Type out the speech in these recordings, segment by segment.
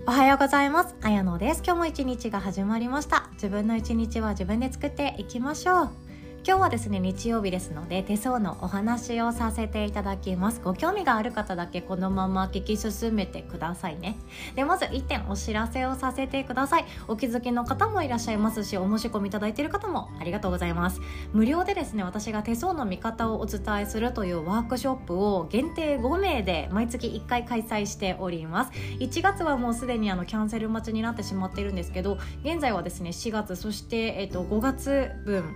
おはようございます。あやのです。今日も一日が始まりました。自分の一日は自分で作っていきましょう。今日はですね、日曜日ですので手相のお話をさせていただきます。ご興味がある方だけこのまま聞き進めてくださいね。で、まず1点お知らせをさせてください。お気づきの方もいらっしゃいますし、お申し込みいただいている方もありがとうございます。無料でですね、私が手相の見方をお伝えするというワークショップを限定5名で毎月1回開催しております。1月はもうすでにキャンセル待ちになってしまっているんですけど、現在はですね4月、そして、5月分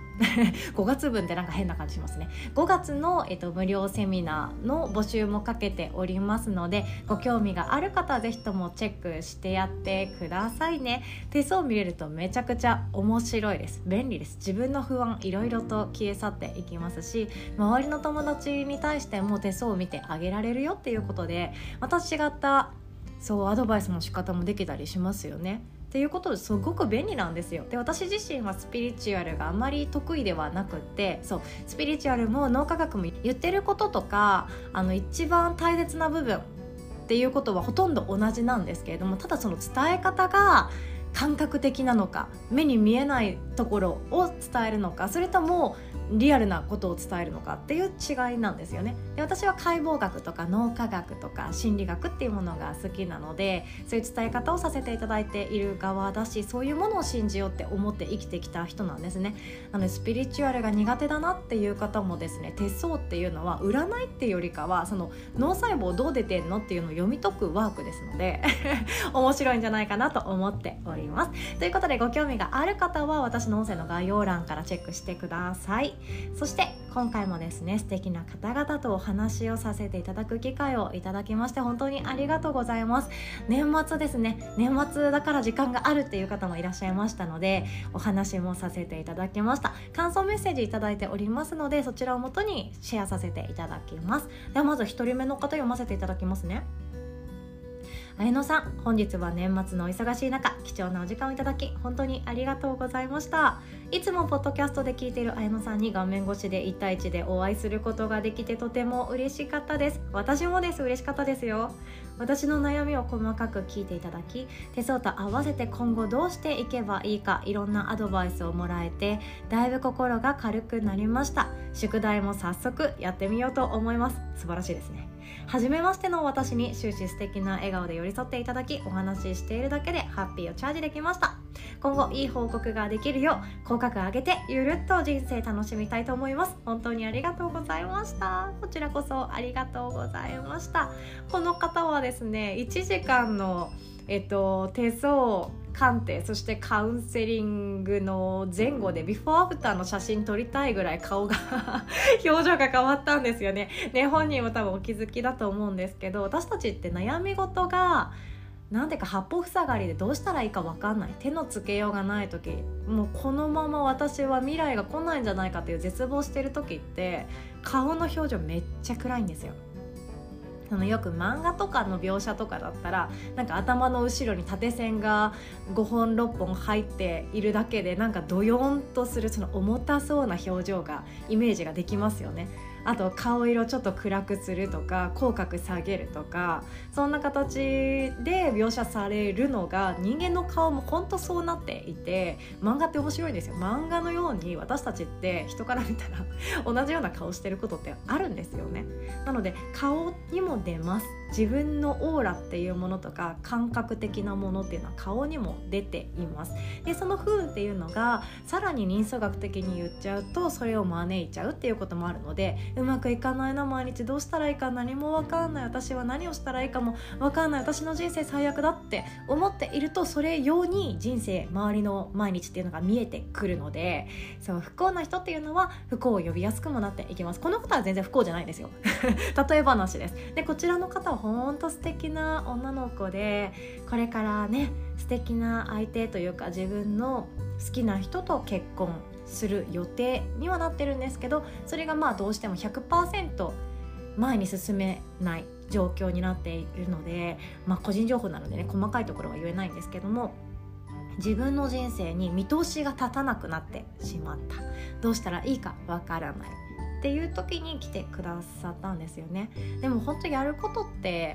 5月分ってなんか変な感じしますね。5月の、無料セミナーの募集もかけておりますので、ご興味がある方はぜひともチェックしてやってくださいね。手相見れるとめちゃくちゃ面白いです。便利です。自分の不安いろいろと消え去っていきますし、周りの友達に対しても手相を見てあげられるよっていうことで、また違ったアドバイスの仕方もできたりしますよね。っていうことですごく便利なんですよ。で、私自身はスピリチュアルがあまり得意ではなくって、スピリチュアルも脳科学も言ってることとか一番大切な部分っていうことはほとんど同じなんですけれども、ただその伝え方が感覚的なのか、目に見えないところを伝えるのか、それともリアルなことを伝えるのかっていう違いなんですよね。で、私は解剖学とか脳科学とか心理学っていうものが好きなので、そういう伝え方をさせていただいている側だし、そういうものを信じようって思って生きてきた人なんですね。なのでスピリチュアルが苦手だなっていう方もですね、手相っていうのは占いっていうよりかはその脳細胞どう出てんのっていうのを読み解くワークですので面白いんじゃないかなと思っております。ということで、ご興味がある方は私の音声の概要欄からチェックしてください。そして今回もですね、素敵な方々とお話をさせていただく機会をいただきまして本当にありがとうございます。年末ですね、年末だから時間があるっていう方もいらっしゃいましたので、お話もさせていただきました。感想メッセージいただいておりますので、そちらをもとにシェアさせていただきます。ではまず1人目の方読ませていただきますね。綾乃さん、本日は年末のお忙しい中貴重なお時間をいただき本当にありがとうございました。いつもポッドキャストで聞いている綾乃さんに画面越しで1対1でお会いすることができてとても嬉しかったです。私もです。嬉しかったですよ。私の悩みを細かく聞いていただき、手相と合わせて今後どうしていけばいいか、いろんなアドバイスをもらえてだいぶ心が軽くなりました。宿題も早速やってみようと思います。素晴らしいですね。初めましての私に終始素敵な笑顔で寄り添っていただき、お話ししているだけでハッピーをチャージできました。今後いい報告ができるよう口角上げてゆるっと人生楽しみたいと思います。本当にありがとうございました。こちらこそありがとうございました。この方はですね、1時間の手相鑑定、そしてカウンセリングの前後でビフォーアフターの写真撮りたいぐらい顔が表情が変わったんですよね。本人も多分お気づきだと思うんですけど、私たちって悩み事がなんでか八方塞がりでどうしたらいいか分かんない、手のつけようがない時、もうこのまま私は未来が来ないんじゃないかっていう絶望してる時って顔の表情めっちゃ暗いんですよ。よく漫画とかの描写とかだったらなんか頭の後ろに縦線が5本6本入っているだけでなんかドヨンとするその重たそうな表情がイメージができますよね。あと顔色ちょっと暗くするとか口角下げるとか、そんな形で描写されるのが人間の顔も本当そうなっていて、漫画って面白いんですよ。漫画のように私たちって人から見たら同じような顔してることってあるんですよね。なので顔にも出ます。自分のオーラっていうものとか感覚的なものっていうのは顔にも出ています。で、その不運っていうのがさらに人相学的に言っちゃうとそれを招いちゃうっていうこともあるので、うまくいかないな、毎日どうしたらいいか何も分かんない、私は何をしたらいいかも分かんない、私の人生最悪だって思っていると、それ用に人生周りの毎日っていうのが見えてくるので、不幸な人っていうのは不幸を呼びやすくもなっていきます。この方は全然不幸じゃないんですよ例え話です。で、こちらの方はほんと素敵な女の子で、これからね素敵な相手というか自分の好きな人と結婚する予定にはなってるんですけど、それがどうしても 100% 前に進めない状況になっているので、個人情報なのでね細かいところは言えないんですけども、自分の人生に見通しが立たなくなってしまった、どうしたらいいかわからないっていう時に来てくださったんですよね。でも本当やることって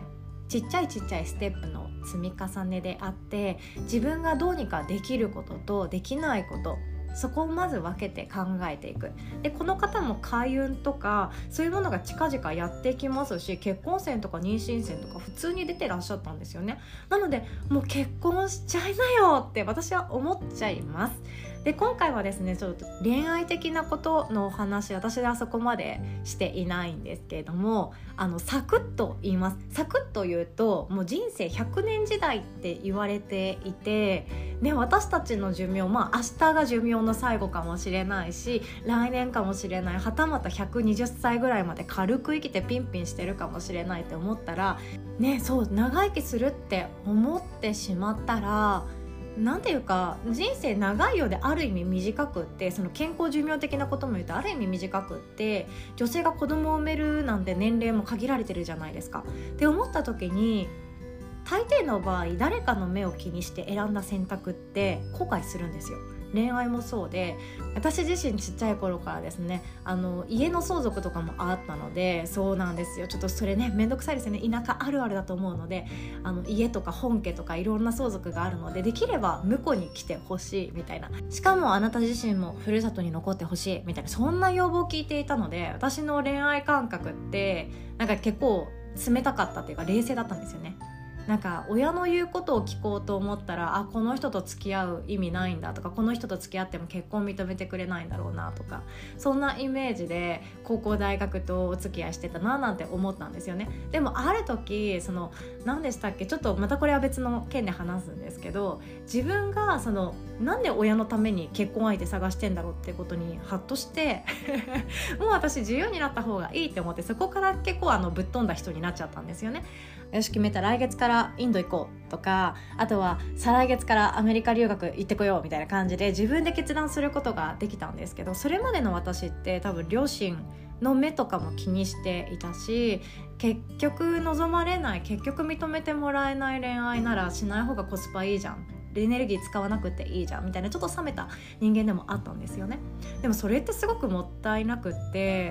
ちっちゃいステップの積み重ねであって、自分がどうにかできることとできないこと、そこをまず分けて考えていく。でこの方も開運とかそういうものが近々やってきますし、結婚線とか妊娠線とか普通に出てらっしゃったんですよね。なのでもう結婚しちゃいなよって私は思っちゃいます。で今回はですね、ちょっと恋愛的なことのお話、私はそこまでしていないんですけれども、サクッと言います。サクッと言うと、もう人生100年時代って言われていて、ね、私たちの寿命、明日が寿命の最後かもしれないし、来年かもしれない、はたまた120歳ぐらいまで軽く生きてピンピンしてるかもしれないって思ったらね、そう長生きするって思ってしまったら、なんていうか人生長いようである意味短くって、その健康寿命的なことも言うとある意味短くって、女性が子供を産めるなんて年齢も限られてるじゃないですかって思った時に、大抵の場合誰かの目を気にして選んだ選択って後悔するんですよ。恋愛もそうで、私自身ちっちゃい頃からですね、家の相続とかもあったので、そうなんですよ、ちょっとそれねめんどくさいですよね。田舎あるあるだと思うので、家とか本家とかいろんな相続があるので、できれば婿に来てほしいみたいな、しかもあなた自身もふるさとに残ってほしいみたいな、そんな要望を聞いていたので、私の恋愛感覚ってなんか結構冷たかったっていうか冷静だったんですよね。なんか親の言うことを聞こうと思ったら、この人と付き合う意味ないんだとか、この人と付き合っても結婚認めてくれないんだろうなとか、そんなイメージで高校大学とお付き合いしてたななんて思ったんですよね。でもある時、何でしたっけ、ちょっとまたこれは別の件で話すんですけど、自分がなんで親のために結婚相手探してんだろうってことにハッとしてもう私自由になった方がいいって思って、そこから結構ぶっ飛んだ人になっちゃったんですよね。よし決めた、来月からインド行こうとか、あとは再来月からアメリカ留学行ってこようみたいな感じで自分で決断することができたんですけど、それまでの私って多分両親の目とかも気にしていたし、結局望まれない、結局認めてもらえない恋愛ならしない方がコスパいいじゃん、エネルギー使わなくていいじゃんみたいな、ちょっと冷めた人間でもあったんですよね。でもそれってすごくもったいなくって、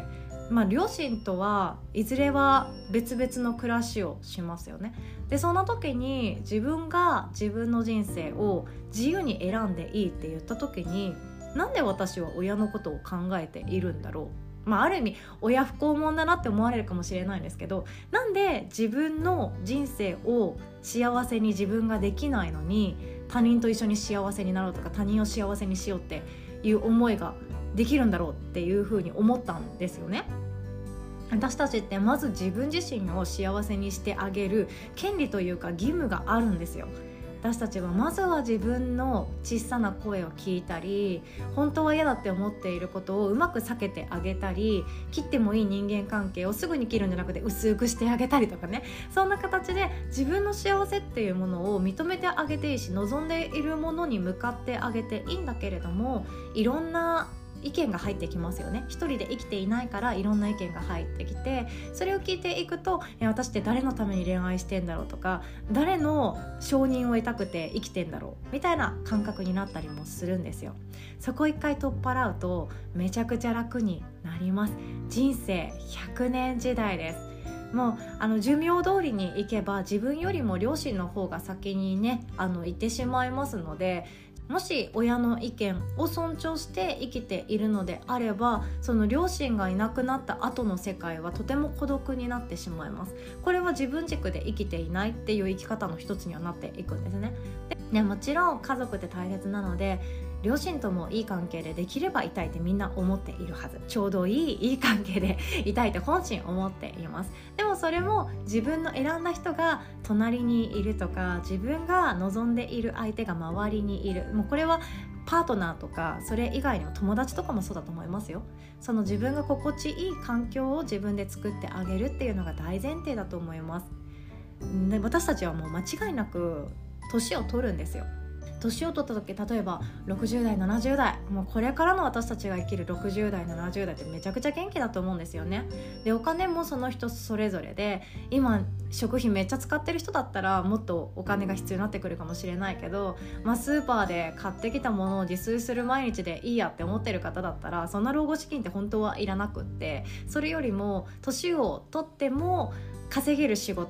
両親とはいずれは別々の暮らしをしますよね。でそんな時に自分が自分の人生を自由に選んでいいって言った時に、なんで私は親のことを考えているんだろう、ある意味親不孝者だなって思われるかもしれないんですけど、なんで自分の人生を幸せに自分ができないのに他人と一緒に幸せになろうとか、他人を幸せにしようっていう思いができるんだろうっていうふうに思ったんですよね。私たちってまず自分自身を幸せにしてあげる権利というか義務があるんですよ。私たちはまずは自分の小さな声を聞いたり、本当は嫌だって思っていることをうまく避けてあげたり、切ってもいい人間関係をすぐに切るんじゃなくて薄くしてあげたりとかね、そんな形で自分の幸せっていうものを認めてあげていいし、望んでいるものに向かってあげていいんだけれども、いろんな意見が入ってきますよね。一人で生きていないからいろんな意見が入ってきて、それを聞いていくと、私って誰のために恋愛してんだろうとか、誰の承認を得たくて生きてんだろうみたいな感覚になったりもするんですよ。そこ一回取っ払うとめちゃくちゃ楽になります。人生100年時代です。もう寿命通りにいけば自分よりも両親の方が先にね行ってしまいますので、もし親の意見を尊重して生きているのであれば、その両親がいなくなった後の世界はとても孤独になってしまいます。これは自分軸で生きていないっていう生き方の一つにはなっていくんですね。でもちろん家族って大切なので、両親ともいい関係でできればいたいってみんな思っているはず。ちょうどいい関係でいたいって本心思っています。でもそれも自分の選んだ人が隣にいるとか、自分が望んでいる相手が周りにいる、もうこれはパートナーとかそれ以外にも友達とかもそうだと思いますよ。その自分が心地いい環境を自分で作ってあげるっていうのが大前提だと思います。で私たちはもう間違いなく年を取るんですよ。年を取った時、例えば60代70代、もうこれからの私たちが生きる60代70代ってめちゃくちゃ元気だと思うんですよね。でお金もその人それぞれで、今食費めっちゃ使ってる人だったらもっとお金が必要になってくるかもしれないけど、スーパーで買ってきたものを自炊する毎日でいいやって思ってる方だったら、そんな老後資金って本当はいらなくって、それよりも年を取っても稼げる仕事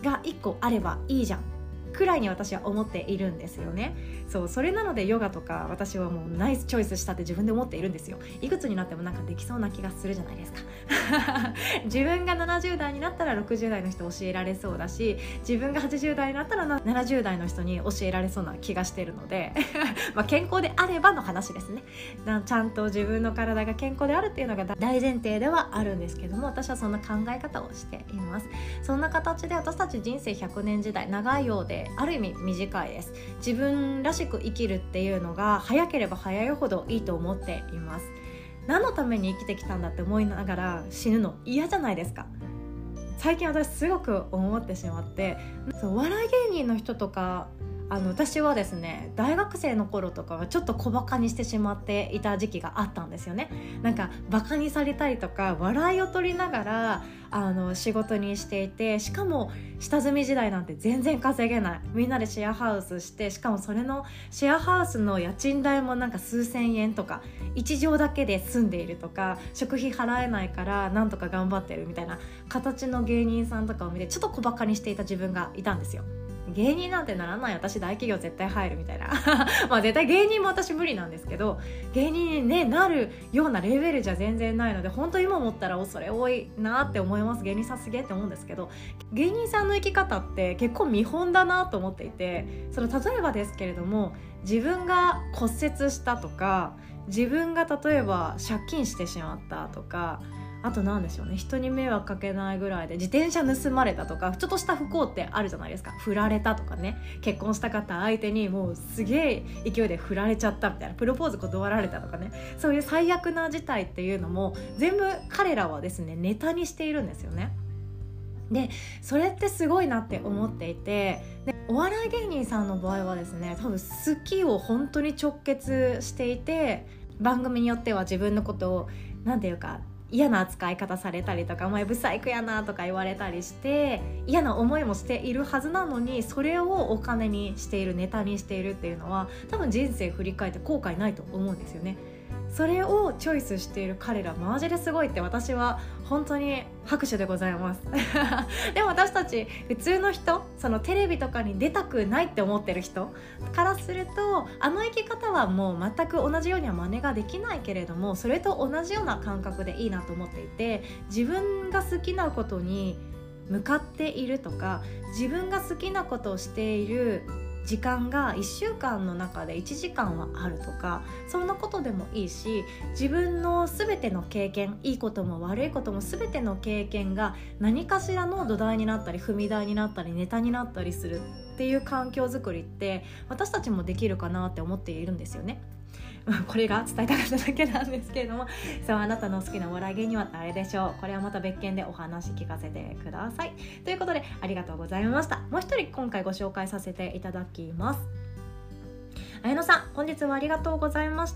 が1個あればいいじゃんくらいに私は思っているんですよね。それなのでヨガとか私はもうナイスチョイスしたって自分で思っているんですよ。いくつになってもなんかできそうな気がするじゃないですか自分が70代になったら60代の人教えられそうだし、自分が80代になったら70代の人に教えられそうな気がしているので健康であればの話ですね。ちゃんと自分の体が健康であるっていうのが大前提ではあるんですけども、私はそんな考え方をしています。そんな形で私たち人生100年時代長いようである意味短いです。自分らしく生きるっていうのが早ければ早いほどいいと思っています。何のために生きてきたんだって思いながら死ぬの嫌じゃないですか。最近私すごく思ってしまって、お笑い芸人の人とか私はですね、大学生の頃とかはちょっと小バカにしてしまっていた時期があったんですよね。なんかバカにされたりとか笑いを取りながら仕事にしていて、しかも下積み時代なんて全然稼げない、みんなでシェアハウスして、しかもそれのシェアハウスの家賃代もなんか数千円とか、1畳だけで住んでいるとか、食費払えないからなんとか頑張ってるみたいな形の芸人さんとかを見て、ちょっと小バカにしていた自分がいたんですよ。芸人なんてならない、私大企業絶対入るみたいな絶対芸人も私無理なんですけど、芸人に、ね、なるようなレベルじゃ全然ないので、本当に今思ったら恐れ多いなって思います。芸人さんすげえって思うんですけど、芸人さんの生き方って結構見本だなと思っていて、例えばですけれども、自分が骨折したとか、自分が例えば借金してしまったとか、あとなんでしょうね、人に迷惑かけないぐらいで自転車盗まれたとか、ちょっとした不幸ってあるじゃないですか。振られたとかね、結婚したかった相手にもうすげえ勢いで振られちゃったみたいな、プロポーズ断られたとかね、そういう最悪な事態っていうのも全部彼らはですね、ネタにしているんですよね。でそれってすごいなって思っていて、でお笑い芸人さんの場合はですね、多分好きを本当に直結していて、番組によっては自分のことをなんていうか嫌な扱い方されたりとか、お前ブサイクやなとか言われたりして嫌な思いもしているはずなのに、それをお金にしている、ネタにしているっていうのは、多分人生振り返って後悔ないと思うんですよね。それをチョイスしている彼らマジですごいって、私は本当に拍手でございますでも私たち普通の人、テレビとかに出たくないって思ってる人からすると、生き方はもう全く同じようには真似ができないけれども、それと同じような感覚でいいなと思っていて、自分が好きなことに向かっているとか、自分が好きなことをしている時間が1週間の中で1時間はあるとか、そんなことでもいいし、自分の全ての経験、いいことも悪いことも全ての経験が何かしらの土台になったり踏み台になったりネタになったりするっていう環境づくりって、私たちもできるかなって思っているんですよね。これが伝えたかっただけなんですけれども、あなたの好きなお笑い芸人は誰でしょう。これはまた別件でお話聞かせてください。ということでありがとうございました。もう一人今回ご紹介させていただきます。綾乃さん、本日はありがとうございました。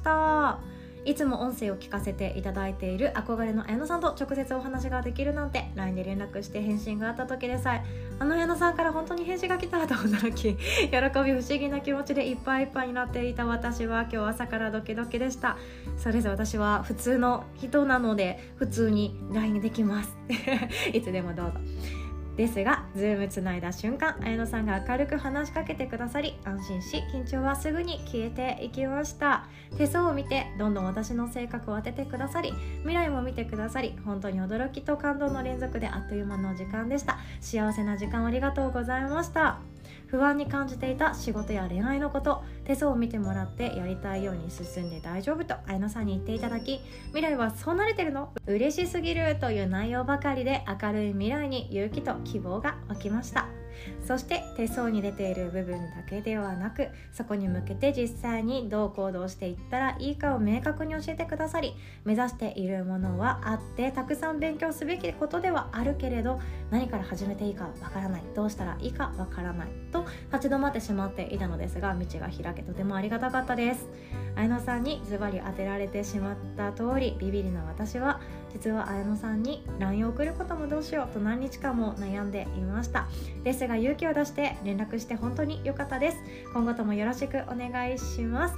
いつも音声を聞かせていただいている憧れの綾乃さんと直接お話ができるなんて、 LINE で連絡して返信があった時でさえ、綾乃さんから本当に返事が来たと驚き、喜び不思議な気持ちでいっぱいいっぱいになっていた私は、今日朝からドキドキでした。それぞれ私は普通の人なので普通に LINE できますいつでもどうぞ。ですが、ズームつないだ瞬間、綾乃さんが明るく話しかけてくださり、安心し緊張はすぐに消えていきました。手相を見てどんどん私の性格を当ててくださり、未来も見てくださり、本当に驚きと感動の連続であっという間の時間でした。幸せな時間をありがとうございました。不安に感じていた仕事や恋愛のこと、手相を見てもらってやりたいように進んで大丈夫と綾乃さんに言っていただき、未来はそうなれてるの？嬉しすぎるという内容ばかりで、明るい未来に勇気と希望が湧きました。そして手相に出ている部分だけではなく、そこに向けて実際にどう行動していったらいいかを明確に教えてくださり、目指しているものはあってたくさん勉強すべきことではあるけれど、何から始めていいかわからない、どうしたらいいかわからないと立ち止まってしまっていたのですが、道が開けとてもありがたかったです。綾乃さんにズバリ当てられてしまった通り、ビビりな私は実は綾乃さんに LINE を送ることもどうしようと何日間も悩んでいました。ですが勇気を出して連絡して本当に良かったです。今後ともよろしくお願いします。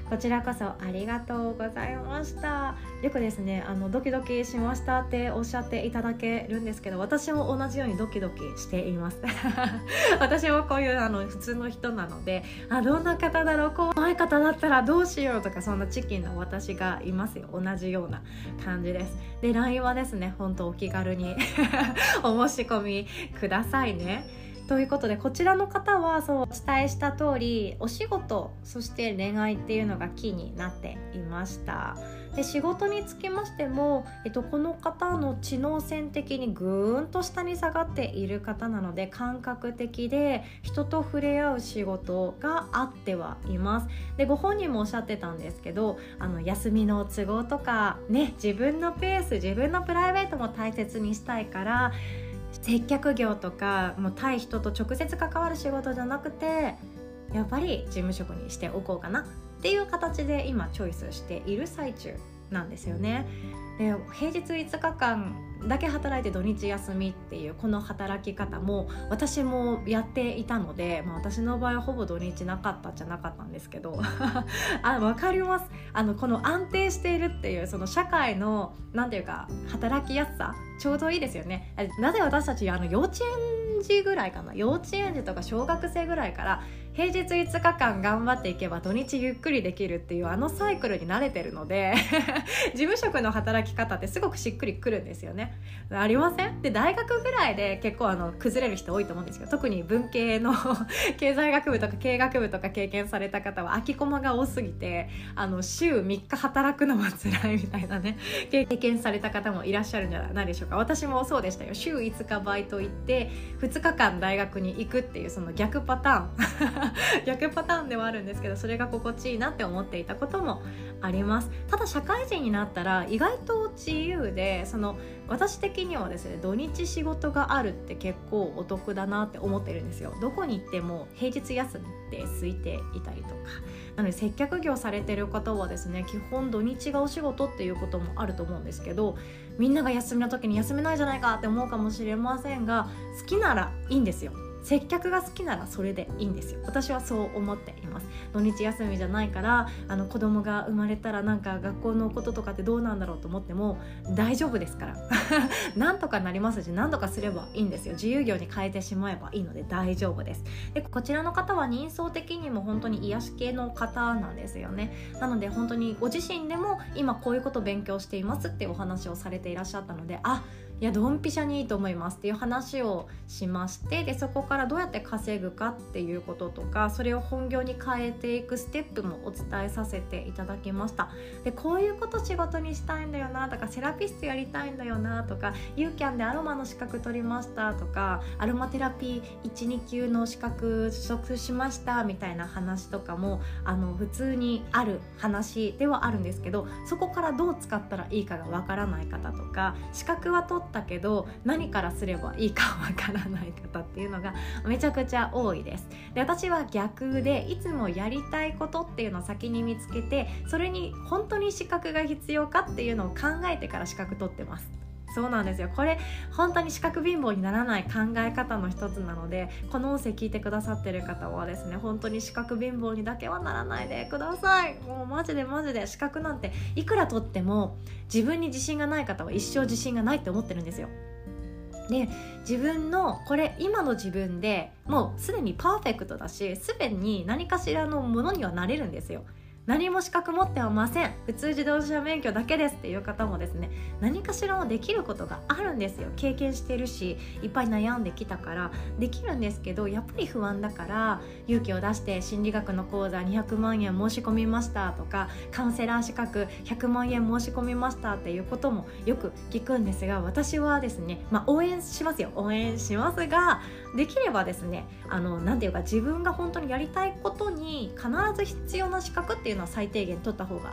こちらこそありがとうございました。よくですねドキドキしましたっておっしゃっていただけるんですけど、私も同じようにドキドキしています私もこういう普通の人なので、どんな方だろう、怖い方だったらどうしようとか、そんなチキンな私がいますよ。同じような感じです。で LINE はですね本当お気軽にお申し込みくださいね。ということで、こちらの方はそうお伝えした通り、お仕事そして恋愛っていうのがキーになっていました。で仕事につきましても、この方の知能線的にぐーんと下に下がっている方なので、感覚的で人と触れ合う仕事があってはいます。でご本人もおっしゃってたんですけど、休みの都合とかね、自分のペース、自分のプライベートも大切にしたいから、接客業とかもう対人と直接関わる仕事じゃなくて、やっぱり事務職にしておこうかなっていう形で今チョイスしている最中なんですよね。で平日5日間だけ働いて土日休みっていうこの働き方も私もやっていたので、私の場合はほぼ土日なかったじゃなかったんですけどわかります。この安定しているっていうその社会のなんていうか働きやすさ、ちょうどいいですよね。なぜ私たち幼稚園児ぐらいかな、幼稚園児とか小学生ぐらいから平日5日間頑張っていけば土日ゆっくりできるっていうサイクルに慣れてるので事務職の働き方ってすごくしっくりくるんですよね。ありません？で大学ぐらいで結構崩れる人多いと思うんですけど、特に文系の経済学部とか経営学部とか経験された方は空きコマが多すぎて週3日働くのは辛いみたいなね経験された方もいらっしゃるんじゃないでしょうか。私もそうでしたよ。週5日バイト行って2日間大学に行くっていうその逆パターン逆パターンではあるんですけど、それが心地いいなって思っていたこともあります。ただ社会人になったら意外と自由で、私的にはですね土日仕事があるって結構お得だなって思ってるんですよ。どこに行っても平日休みって空いていたりとか、なので接客業されてる方はですね基本土日がお仕事っていうこともあると思うんですけど、みんなが休みの時に休めないじゃないかって思うかもしれませんが、好きならいいんですよ。接客が好きならそれでいいんですよ。私はそう思っています。土日休みじゃないから子供が生まれたらなんか学校のこととかってどうなんだろうと思っても大丈夫ですからなんとかなりますし、何とかすればいいんですよ。自由業に変えてしまえばいいので大丈夫です。でこちらの方は人相的にも本当に癒し系の方なんですよね。なので本当にご自身でも今こういうことを勉強していますっていうお話をされていらっしゃったので、いやドンピシャにいいと思いますっていう話をしまして、でそこからどうやって稼ぐかっていうこととか、それを本業に変えていくステップもお伝えさせていただきました。でこういうこと仕事にしたいんだよなとか、セラピストやりたいんだよなとか、ユーキャンでアロマの資格取りましたとか、アロマテラピー 1,2 級の資格取得しましたみたいな話とかも普通にある話ではあるんですけど、そこからどう使ったらいいかがわからない方とか、資格は取ったけど何からすればいいかわからない方っていうのがめちゃくちゃ多いです。で私は逆で、いつもやりたいことっていうのを先に見つけて、それに本当に資格が必要かっていうのを考えてから資格取ってます。そうなんですよ。これ本当に資格貧乏にならない考え方の一つなので、この音声聞いてくださってる方はですね本当に資格貧乏にだけはならないでください。もうマジで資格なんていくら取っても自分に自信がない方は一生自信がないって思ってるんですよ。で自分の今の自分でもうすでにパーフェクトだし、すでに何かしらのものにはなれるんですよ。何も資格持ってはません、普通自動車免許だけですっていう方もですね、何かしらのできることがあるんですよ。経験してるし、いっぱい悩んできたからできるんですけど、やっぱり不安だから勇気を出して心理学の講座200万円申し込みましたとか、カウンセラー資格100万円申し込みましたっていうこともよく聞くんですが、私はですね、応援しますよ。応援しますが、できればですねなんていうか、自分が本当にやりたいことに必ず必要な資格っていうのは最低限取った方が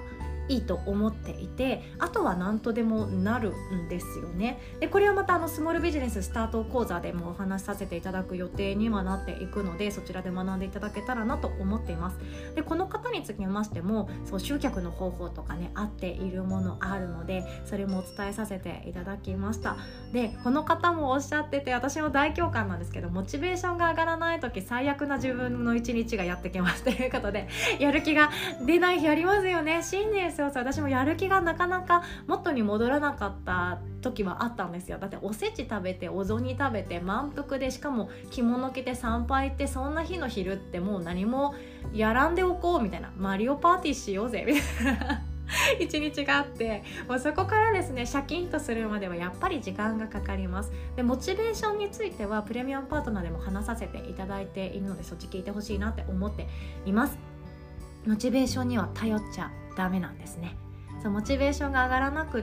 いいと思っていて、あとは何とでもなるんですよね。でこれはまたスモールビジネススタート講座でもお話しさせていただく予定にはなっていくので、そちらで学んでいただけたらなと思っています。でこの方につきましても集客の方法とかね合っているものあるので、それもお伝えさせていただきました。でこの方もおっしゃってて、私も大共感なんですけど、モチベーションが上がらない時最悪な自分の一日がやってきますということで、やる気が出ない日ありますよね。新年早々私もやる気がなかなか元に戻らなかった時はあったんですよ。だっておせち食べてお雑煮食べて満腹で、しかも着物着て参拝って、そんな日の昼ってもう何もやらんでおこうみたいな、マリオパーティーしようぜみたいな一日があって、もうそこからですねシャキンとするまではやっぱり時間がかかります。でモチベーションについてはプレミアムパートナーでも話させていただいているので、そっち聞いてほしいなって思っています。モチベーションには頼っちゃダメなんですね。モチベーションが上がらなくって、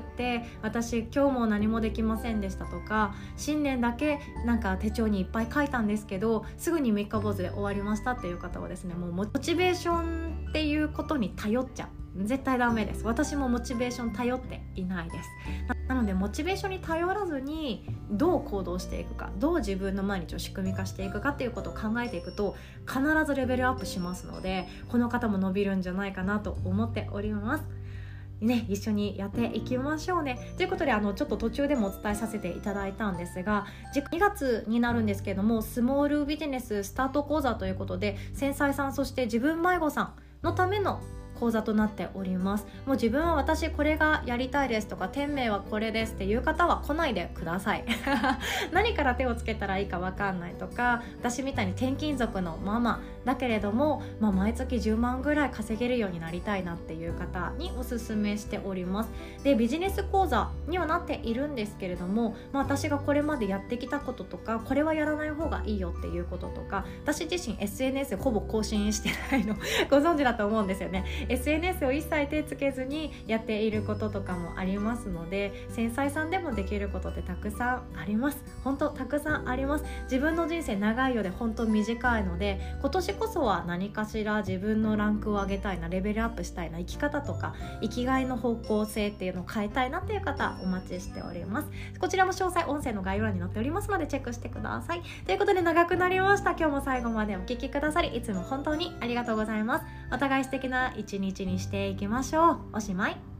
私今日も何もできませんでしたとか、新年だけなんか手帳にいっぱい書いたんですけどすぐに三日坊主で終わりましたっていう方はですね、もうモチベーションっていうことに頼っちゃ絶対ダメです。私もモチベーション頼っていないです。なのでモチベーションに頼らずにどう行動していくか、どう自分の毎日を仕組み化していくかっていうことを考えていくと必ずレベルアップしますので、この方も伸びるんじゃないかなと思っておりますね。一緒にやっていきましょうね。ということでちょっと途中でもお伝えさせていただいたんですが、2月になるんですけれども、スモールビジネススタート講座ということで、繊細さんそして自分迷子さんのための講座となっております。もう自分は私これがやりたいですとか、店名はこれですっていう方は来ないでください何から手をつけたらいいか分かんないとか、私みたいに転勤族のママだけれども、毎月10万ぐらい稼げるようになりたいなっていう方におすすめしております。でビジネス講座にはなっているんですけれども、私がこれまでやってきたこととか、これはやらない方がいいよっていうこととか、私自身 SNS ほぼ更新してないのご存知だと思うんですよね。SNS を一切手つけずにやっていることとかもありますので、繊細さんでもできることってたくさんあります。本当たくさんあります。自分の人生長いようで本当短いので、今年こそは何かしら自分のランクを上げたいな、レベルアップしたいな、生き方とか生きがいの方向性っていうのを変えたいなっていう方お待ちしております。こちらも詳細音声の概要欄に載っておりますのでチェックしてください。ということで長くなりました。今日も最後までお聞きくださりいつも本当にありがとうございます。お互い素敵な一日にしていきましょう。おしまい。